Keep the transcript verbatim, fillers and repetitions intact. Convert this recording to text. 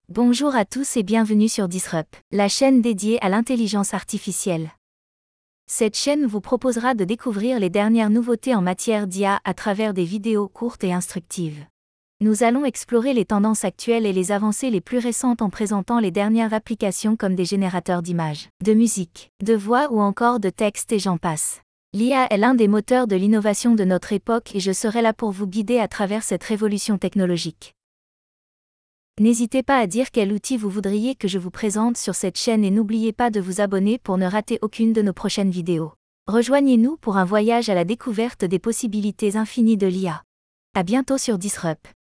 Bonjour à tous et bienvenue sur Disrupt, la chaîne dédiée à l'intelligence artificielle. Cette chaîne vous proposera de découvrir les dernières nouveautés en matière d'I A à travers des vidéos courtes et instructives. Nous allons explorer les tendances actuelles et les avancées les plus récentes en présentant les dernières applications comme des générateurs d'images, de musique, de voix ou encore de texte et j'en passe. L'I A est l'un des moteurs de l'innovation de notre époque et je serai là pour vous guider à travers cette révolution technologique. N'hésitez pas à dire quel outil vous voudriez que je vous présente sur cette chaîne et n'oubliez pas de vous abonner pour ne rater aucune de nos prochaines vidéos. Rejoignez-nous pour un voyage à la découverte des possibilités infinies de l'I A. À bientôt sur Disrupt.